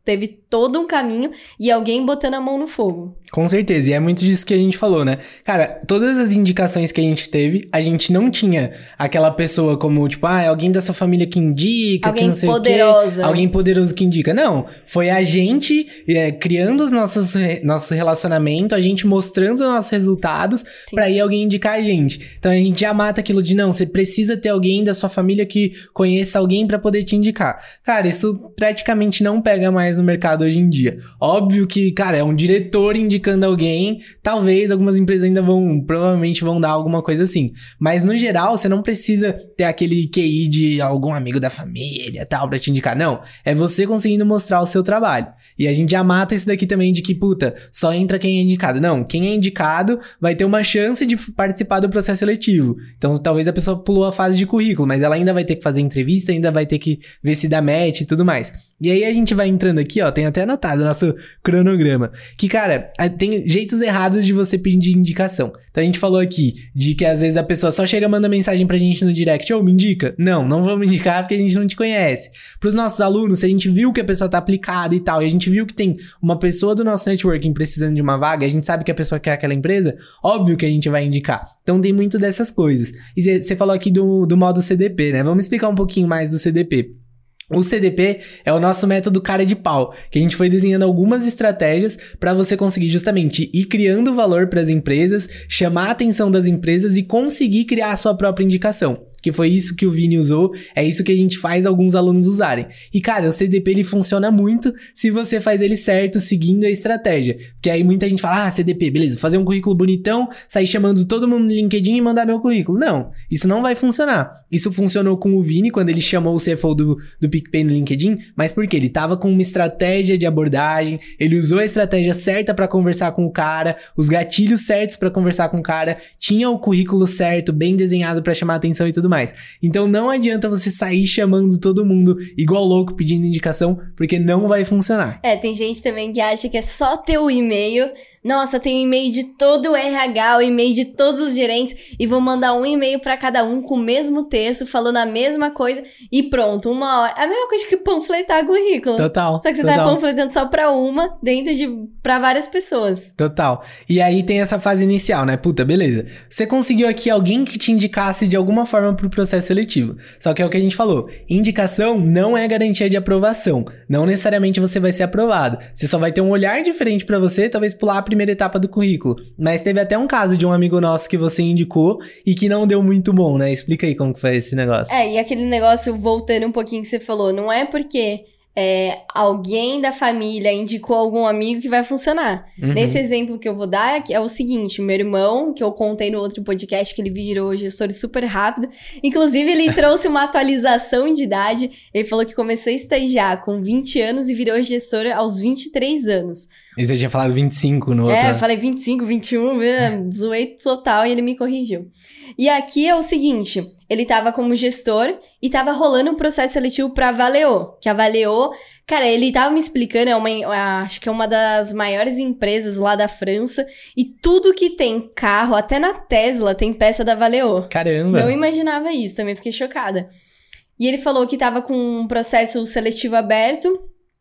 teve todo um caminho e alguém botando a mão no fogo. Com certeza, e é muito disso que a gente falou, né? Cara, todas as indicações que a gente teve, a gente não tinha aquela pessoa como, tipo, ah, é alguém da sua família que indica, alguém que não sei poderosa. o quê. Alguém poderoso que indica. Não, foi a gente é, criando os nossos, nossos relacionamentos, a gente mostrando os nossos resultados Sim. pra ir alguém indicar a gente. Então a gente já mata aquilo de, não, você precisa ter alguém da sua família que conheça alguém pra poder te indicar. Cara, isso praticamente não pega mais no mercado hoje em dia. Óbvio que, cara, é um diretor indicando indicando alguém, talvez algumas empresas ainda vão, provavelmente vão dar alguma coisa assim. Mas no geral, você não precisa ter aquele Q I de algum amigo da família, tal, pra te indicar. Não, é você conseguindo mostrar o seu trabalho. E a gente já mata isso daqui também de que, puta, só entra quem é indicado. Não, quem é indicado vai ter uma chance de participar do processo seletivo. Então, talvez a pessoa pulou a fase de currículo, mas ela ainda vai ter que fazer entrevista, ainda vai ter que ver se dá match e tudo mais. E aí a gente vai entrando aqui, ó, tem até anotado o nosso cronograma, que, cara, tem jeitos errados de você pedir indicação. Então a gente falou aqui de que às vezes a pessoa só chega e manda mensagem pra gente no direct, ô, oh, me indica? Não, não vamos indicar porque a gente não te conhece. Pros nossos alunos, se a gente viu que a pessoa tá aplicada e tal, e a gente viu que tem uma pessoa do nosso networking precisando de uma vaga, a gente sabe que a pessoa quer aquela empresa, óbvio que a gente vai indicar. Então tem muito dessas coisas. E você falou aqui do, do modo C D P, né? Vamos explicar um pouquinho mais do C D P. O C D P é o nosso método cara de pau, que a gente foi desenhando algumas estratégias para você conseguir justamente ir criando valor para as empresas, chamar a atenção das empresas e conseguir criar a sua própria indicação. Que foi isso que o Vini usou, é isso que a gente faz alguns alunos usarem. E, cara, o C D P, ele funciona muito se você faz ele certo, seguindo a estratégia. Porque aí muita gente fala, ah, C D P, beleza, fazer um currículo bonitão, sair chamando todo mundo no LinkedIn e mandar meu currículo. Não, isso não vai funcionar. Isso funcionou com o Vini, quando ele chamou o C F O do, do PicPay no LinkedIn, mas por quê? Ele tava com uma estratégia de abordagem, ele usou a estratégia certa pra conversar com o cara, os gatilhos certos pra conversar com o cara, tinha o currículo certo, bem desenhado pra chamar atenção e tudo mais. Então não adianta você sair chamando todo mundo igual louco pedindo indicação, porque não vai funcionar. É, tem gente também que acha que é só ter o e-mail. Nossa, tem o e-mail de todo o R H, o e-mail de todos os gerentes e vou mandar um e-mail pra cada um com o mesmo texto, falando a mesma coisa e pronto, uma hora. A mesma coisa que panfletar currículo. Total. Só que você total. tá panfletando só pra uma, dentro de... pra várias pessoas. Total. E aí tem essa fase inicial, né? Puta, beleza. Você conseguiu aqui alguém que te indicasse de alguma forma pro processo seletivo. Só que é o que a gente falou. Indicação não é garantia de aprovação. Não necessariamente você vai ser aprovado. Você só vai ter um olhar diferente pra você, talvez pular a primeira etapa do currículo. Mas teve até um caso de um amigo nosso que você indicou e que não deu muito bom, né? Explica aí como que foi esse negócio. É, e aquele negócio, voltando um pouquinho que você falou, não é porque é, alguém da família indicou algum amigo que vai funcionar. Uhum. Nesse exemplo que eu vou dar é o seguinte, meu irmão, que eu contei no outro podcast, que ele virou gestor super rápido, inclusive ele trouxe uma atualização de idade, ele falou que começou a estagiar com vinte anos e virou gestor aos vinte e três anos. E você tinha falado vinte e cinco no outro. É, eu falei vinte e cinco, vinte e um, zoei total e ele me corrigiu. E aqui é o seguinte, ele tava como gestor e tava rolando um processo seletivo pra Valeo, que a Valeo, cara, ele tava me explicando, é uma, acho que é uma das maiores empresas lá da França, e tudo que tem carro, até na Tesla, tem peça da Valeo. Caramba! Não imaginava isso, também fiquei chocada. E ele falou que tava com um processo seletivo aberto,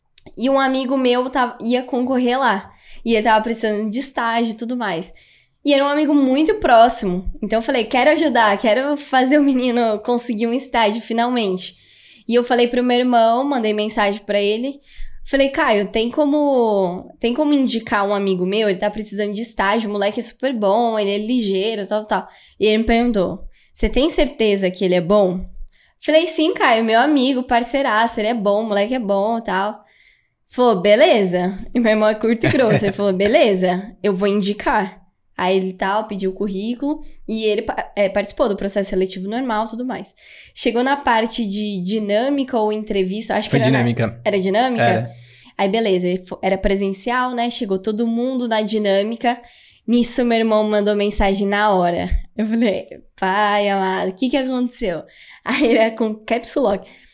e um amigo meu tava, ia concorrer lá. E ele tava precisando de estágio e tudo mais. E era um amigo muito próximo. Então eu falei, quero ajudar, quero fazer o menino conseguir um estágio finalmente. E eu falei pro meu irmão, mandei mensagem pra ele. Falei, Caio, tem como, tem como indicar um amigo meu? Ele tá precisando de estágio, o moleque é super bom, ele é ligeiro, tal, tal. E ele me perguntou, você tem certeza que ele é bom? Falei, sim, Caio, meu amigo, parceiraço, ele é bom, o moleque é bom, tal. Falou, beleza. E meu irmão é curto e grosso. Ele falou, beleza, eu vou indicar. Aí ele tal, pediu o currículo e ele é, participou do processo seletivo normal e tudo mais. Chegou na parte de dinâmica ou entrevista, acho Foi que era... dinâmica. Na... Era dinâmica? Era. Aí beleza, era presencial, né? Chegou todo mundo na dinâmica. Nisso meu irmão mandou mensagem na hora. Eu falei, pai amado, o que que aconteceu? Aí ele é com caps lock.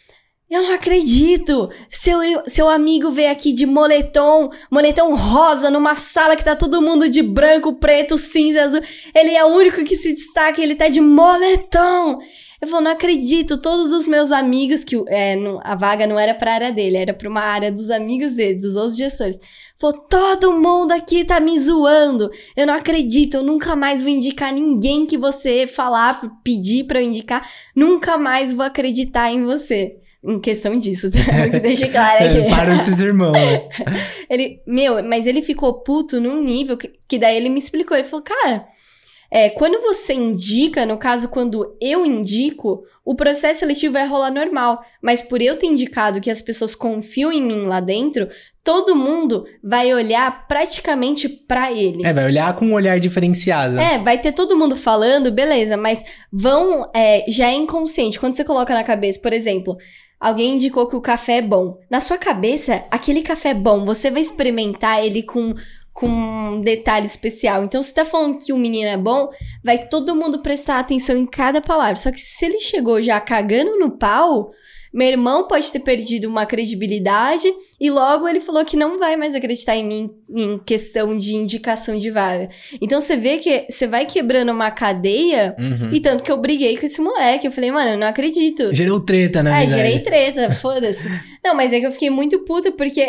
Eu não acredito! Seu, seu amigo veio aqui de moletom, moletom rosa, numa sala que tá todo mundo de branco, preto, cinza, azul. Ele é o único que se destaca, ele tá de moletom! Eu falo, não acredito, todos os meus amigos, que é, não, a vaga não era pra área dele, era pra uma área dos amigos dele, dos outros gestores. Falou, todo mundo aqui tá me zoando, eu não acredito, eu nunca mais vou indicar ninguém que você falar, pedir pra eu indicar, nunca mais vou acreditar em você. Em questão disso, tá? Deixa claro aqui. Parou de ser irmão, né? Ele, meu, mas ele ficou puto num nível que, que daí ele me explicou, ele falou, cara... É, quando você indica, no caso, quando eu indico, o processo seletivo vai rolar normal. Mas por eu ter indicado que as pessoas confiam em mim lá dentro, todo mundo vai olhar praticamente pra ele. É, vai olhar com um olhar diferenciado. É, vai ter todo mundo falando, beleza, mas vão, é, já é inconsciente. Quando você coloca na cabeça, por exemplo... Alguém indicou que o café é bom. Na sua cabeça, aquele café é bom. Você vai experimentar ele com... com um detalhe especial. Então, se tá falando que o menino é bom, vai todo mundo prestar atenção em cada palavra. Só que se ele chegou já cagando no pau, meu irmão pode ter perdido uma credibilidade e logo ele falou que não vai mais acreditar em mim em questão de indicação de vaga. Então, você vê que você vai quebrando uma cadeia Uhum. e tanto que eu briguei com esse moleque. Eu falei, mano, eu não acredito. Gerou treta, na É, verdade. gerei treta, foda-se. Não, mas é que eu fiquei muito puta porque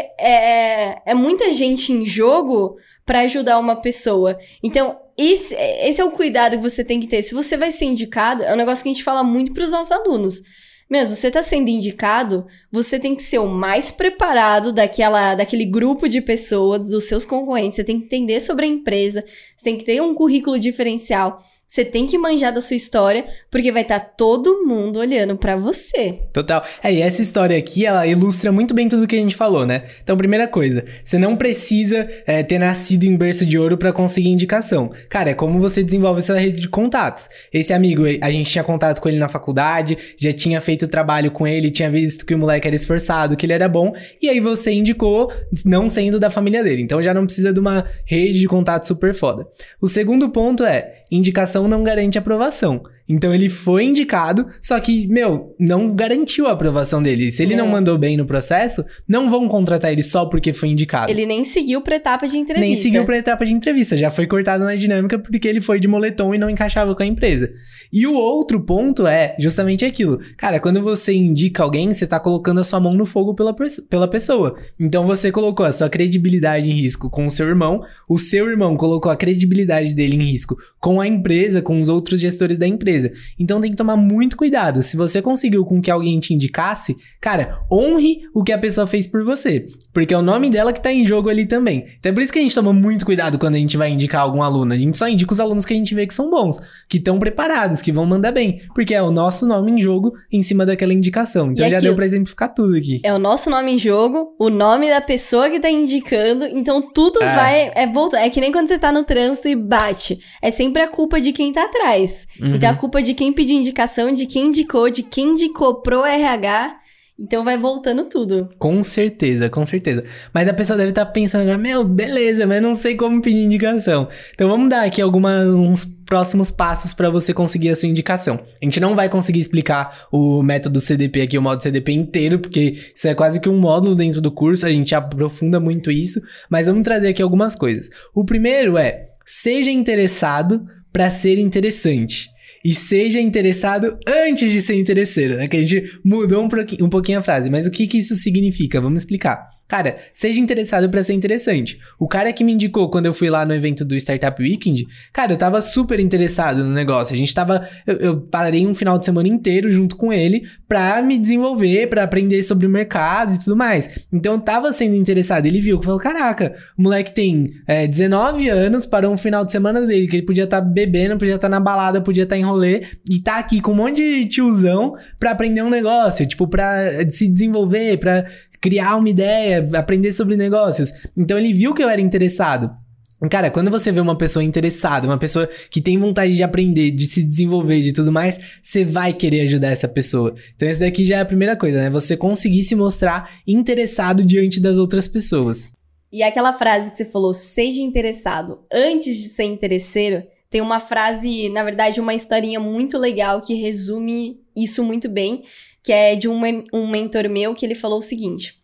é, é muita gente em jogo pra ajudar uma pessoa. Então, esse, esse é o cuidado que você tem que ter. Se você vai ser indicado, é um negócio que a gente fala muito pros nossos alunos. Mesmo, você tá sendo indicado, você tem que ser o mais preparado daquela, daquele grupo de pessoas, dos seus concorrentes. Você tem que entender sobre a empresa, você tem que ter um currículo diferencial. Você tem que manjar da sua história, porque vai estar tá todo mundo olhando pra você. Total. É, e essa história aqui, ela ilustra muito bem tudo que a gente falou, né? Então, primeira coisa, você não precisa é, ter nascido em berço de ouro pra conseguir indicação. Cara, é como você desenvolve sua rede de contatos. Esse amigo, a gente tinha contato com ele na faculdade, já tinha feito trabalho com ele, tinha visto que o moleque era esforçado, que ele era bom, e aí você indicou não sendo da família dele. Então, já não precisa de uma rede de contato super foda. O segundo ponto é, indicação não garante aprovação. Então ele foi indicado, só que, meu, não garantiu a aprovação dele. Se ele não, não mandou bem no processo, não vão contratar ele só porque foi indicado. Ele nem seguiu pra etapa de entrevista. Nem seguiu pra etapa de entrevista. Já foi cortado na dinâmica porque ele foi de moletom e não encaixava com a empresa. E o outro ponto é justamente aquilo. Cara, quando você indica alguém, você tá colocando a sua mão no fogo pela, pela pessoa. Então você colocou a sua credibilidade em risco com o seu irmão, o seu irmão colocou a credibilidade dele em risco com a empresa, com os outros gestores da empresa. Então tem que tomar muito cuidado. Se você conseguiu com que alguém te indicasse, cara, honre o que a pessoa fez por você. Porque é o nome dela que tá em jogo ali também. Então é por isso que a gente toma muito cuidado quando a gente vai indicar algum aluno. A gente só indica os alunos que a gente vê que são bons, que estão preparados, que vão mandar bem. Porque é o nosso nome em jogo em cima daquela indicação. Então já deu pra exemplificar tudo aqui. É o nosso nome em jogo, o nome da pessoa que tá indicando. Então tudo é. vai... É, volta, é que nem quando você tá no trânsito e bate. É sempre a culpa de quem tá atrás. Uhum. Então a culpa de quem pediu indicação, de quem indicou, de quem indicou pro R H. Então vai voltando tudo. Com certeza, com certeza. Mas a pessoa deve estar tá pensando agora, meu, beleza, mas não sei como pedir indicação. Então vamos dar aqui algumas, uns próximos passos para você conseguir a sua indicação. A gente não vai conseguir explicar o método C D P aqui, o módulo C D P inteiro, porque isso é quase que um módulo dentro do curso, a gente aprofunda muito isso, mas vamos trazer aqui algumas coisas. O primeiro é, seja interessado para ser interessante. E seja interessado antes de ser interesseiro, né? Que a gente mudou um pouquinho, um pouquinho a frase. Mas o que que isso significa? Vamos explicar. Cara, seja interessado pra ser interessante. O cara que me indicou quando eu fui lá no evento do Startup Weekend, cara, eu tava super interessado no negócio. A gente tava... Eu, eu parei um final de semana inteiro junto com ele pra me desenvolver, pra aprender sobre o mercado e tudo mais. Então eu tava sendo interessado. Ele viu que falou, caraca, o moleque tem é, dezenove anos, parou um final de semana dele, que ele podia estar tá bebendo, podia estar tá na balada, podia estar tá em rolê, e tá aqui com um monte de tiozão pra aprender um negócio, tipo, pra se desenvolver, pra... criar uma ideia, aprender sobre negócios. Então ele viu que eu era interessado. Cara, quando você vê uma pessoa interessada, uma pessoa que tem vontade de aprender, de se desenvolver, de tudo mais, você vai querer ajudar essa pessoa. Então esse daqui já é a primeira coisa, né? Você conseguir se mostrar interessado diante das outras pessoas. E aquela frase que você falou, seja interessado antes de ser interesseiro, tem uma frase, na verdade, uma historinha muito legal que resume isso muito bem. que é de um, men- um mentor meu, que ele falou o seguinte.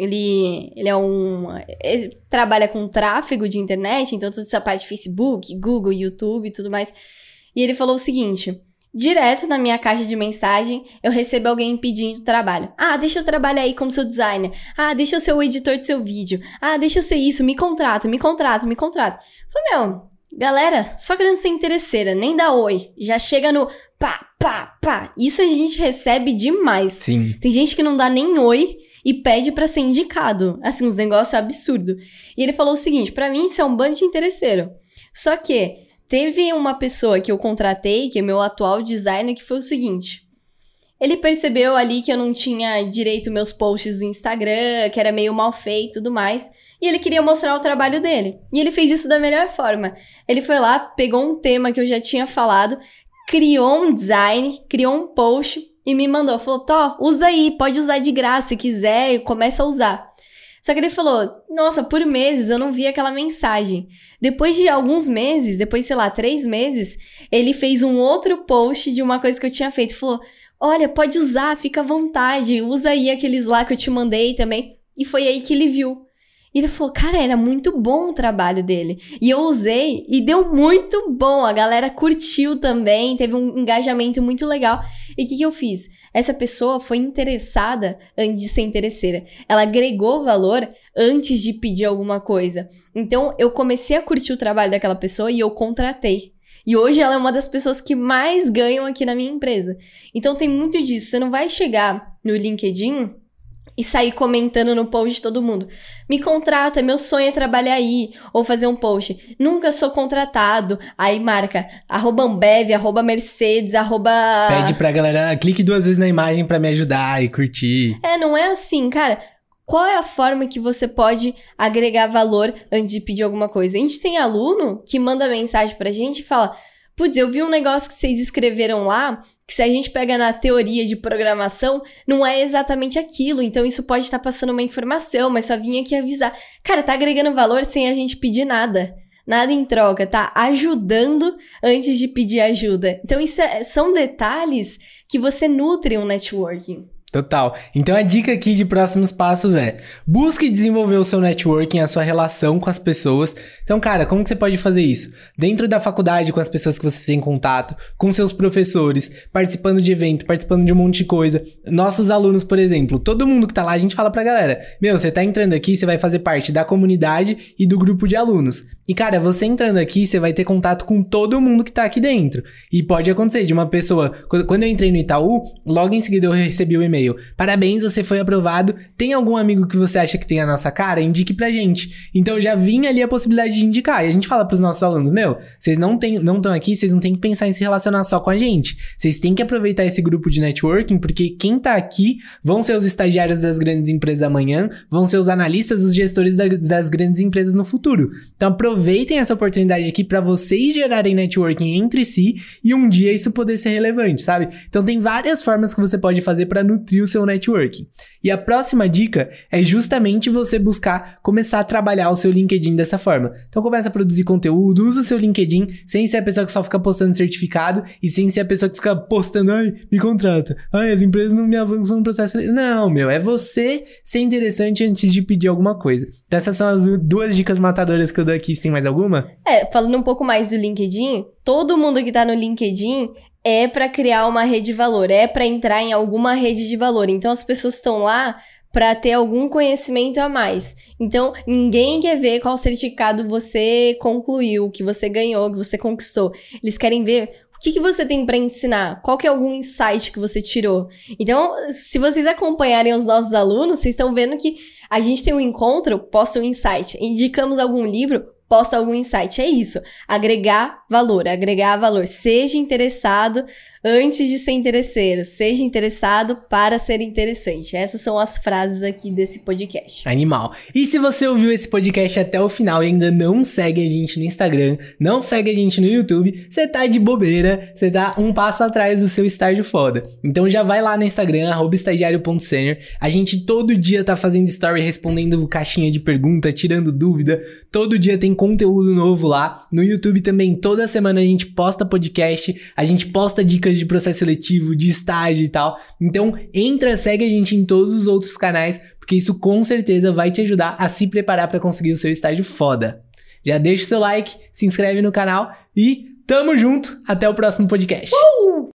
Ele, ele é um... Ele trabalha com tráfego de internet, então toda essa parte de Facebook, Google, YouTube e tudo mais. E ele falou o seguinte... Direto na minha caixa de mensagem, eu recebo alguém pedindo trabalho. Ah, deixa eu trabalhar aí como seu designer. Ah, deixa eu ser o editor do seu vídeo. Ah, deixa eu ser isso, me contrata, me contrata, me contrata. Falei, meu, galera, só querendo ser interesseira, nem dá oi. Já chega no pá, pá, pá. Isso a gente recebe demais. Sim. Tem gente que não dá nem oi e pede pra ser indicado. Assim, uns negócios absurdos. E ele falou o seguinte, pra mim isso é um bando de interesseiro. Só que... Teve uma pessoa que eu contratei, que é meu atual designer, que foi o seguinte. Ele percebeu ali que eu não tinha direito meus posts no Instagram, que era meio mal feito e tudo mais. E ele queria mostrar o trabalho dele. E ele fez isso da melhor forma. Ele foi lá, pegou um tema que eu já tinha falado, criou um design, criou um post e me mandou. Falou, Tó, usa aí, pode usar de graça se quiser, e começa a usar. Só que ele falou, nossa, por meses eu não vi aquela mensagem. Depois de alguns meses, depois, sei lá, três meses, ele fez um outro post de uma coisa que eu tinha feito. Falou, olha, pode usar, fica à vontade, usa aí aqueles lá que eu te mandei também. E foi aí que ele viu. E ele falou, cara, era muito bom o trabalho dele. E eu usei e deu muito bom. A galera curtiu também, teve um engajamento muito legal. E o que, que eu fiz? Essa pessoa foi interessada antes de ser interesseira. Ela agregou valor antes de pedir alguma coisa. Então, eu comecei a curtir o trabalho daquela pessoa e eu contratei. E hoje ela é uma das pessoas que mais ganham aqui na minha empresa. Então, tem muito disso. Você não vai chegar no LinkedIn... e sair comentando no post de todo mundo. Me contrata, meu sonho é trabalhar aí. Ou fazer um post. Nunca sou contratado. Aí marca arroba Ambev, arroba Mercedes, arroba... Pede pra galera, clique duas vezes na imagem pra me ajudar e curtir. É, não é assim, cara. Qual é a forma que você pode agregar valor antes de pedir alguma coisa? A gente tem aluno que manda mensagem pra gente e fala... Putz, eu vi um negócio que vocês escreveram lá, que se a gente pega na teoria de programação, não é exatamente aquilo. Então, isso pode estar passando uma informação, mas só vim aqui avisar. Cara, tá agregando valor sem a gente pedir nada. Nada em troca, tá ajudando antes de pedir ajuda. Então, isso é, são detalhes que você nutre um networking. Total. Então a dica aqui de próximos passos é: busque desenvolver o seu networking, a sua relação com as pessoas. Então, cara, como que você pode fazer isso? Dentro da faculdade, com as pessoas que você tem contato, com seus professores, participando de evento, participando de um monte de coisa. Nossos alunos, por exemplo, todo mundo que tá lá, a gente fala pra galera: meu, você tá entrando aqui, você vai fazer parte da comunidade e do grupo de alunos. E, cara, você entrando aqui, você vai ter contato com todo mundo que tá aqui dentro. E pode acontecer de uma pessoa... Quando eu entrei no Itaú, logo em seguida eu recebi o e-mail: parabéns, você foi aprovado. Tem algum amigo que você acha que tem a nossa cara? Indique pra gente. Então já vinha ali a possibilidade de indicar. E a gente fala pros nossos alunos: meu, vocês não estão aqui, vocês não tem que pensar em se relacionar só com a gente. Vocês têm que aproveitar esse grupo de networking, porque quem tá aqui vão ser os estagiários das grandes empresas amanhã, vão ser os analistas, os gestores da, das grandes empresas no futuro. Então aproveitem essa oportunidade aqui pra vocês gerarem networking entre si e um dia isso poder ser relevante, sabe? Então tem várias formas que você pode fazer pra nutrir o seu networking. E a próxima dica é justamente você buscar começar a trabalhar o seu LinkedIn dessa forma. Então começa a produzir conteúdo, usa o seu LinkedIn sem ser a pessoa que só fica postando certificado e sem ser a pessoa que fica postando: ai, me contrata, ai, as empresas não me avançam no processo. Não, meu, é você ser interessante antes de pedir alguma coisa. Então essas são as duas dicas matadoras que eu dou aqui. Você tem mais alguma? É, falando um pouco mais do LinkedIn, todo mundo que tá no LinkedIn é para criar uma rede de valor, é para entrar em alguma rede de valor. Então, as pessoas estão lá para ter algum conhecimento a mais. Então, ninguém quer ver qual certificado você concluiu, que você ganhou, que você conquistou. Eles querem ver o que, que você tem para ensinar, qual que é algum insight que você tirou. Então, se vocês acompanharem os nossos alunos, vocês estão vendo que a gente tem um encontro, posta um insight. Indicamos algum livro, posta algum insight. É isso. Agregar valor. Agregar valor. Seja interessado antes de ser interesseiro. Seja interessado para ser interessante. Essas são as frases aqui desse podcast. Animal. E se você ouviu esse podcast até o final e ainda não segue a gente no Instagram, não segue a gente no YouTube, você tá de bobeira, você tá um passo atrás do seu estágio foda. Então já vai lá no Instagram, arroba estagiário ponto sênior. A gente todo dia tá fazendo story, respondendo caixinha de pergunta, tirando dúvida. Todo dia tem conteúdo novo lá. No YouTube também, toda semana a gente posta podcast, a gente posta dicas dicas de processo seletivo, de estágio e tal. Então, entra, segue a gente em todos os outros canais, porque isso com certeza vai te ajudar a se preparar para conseguir o seu estágio foda. Já deixa o seu like, se inscreve no canal e tamo junto. Até o próximo podcast. Uh!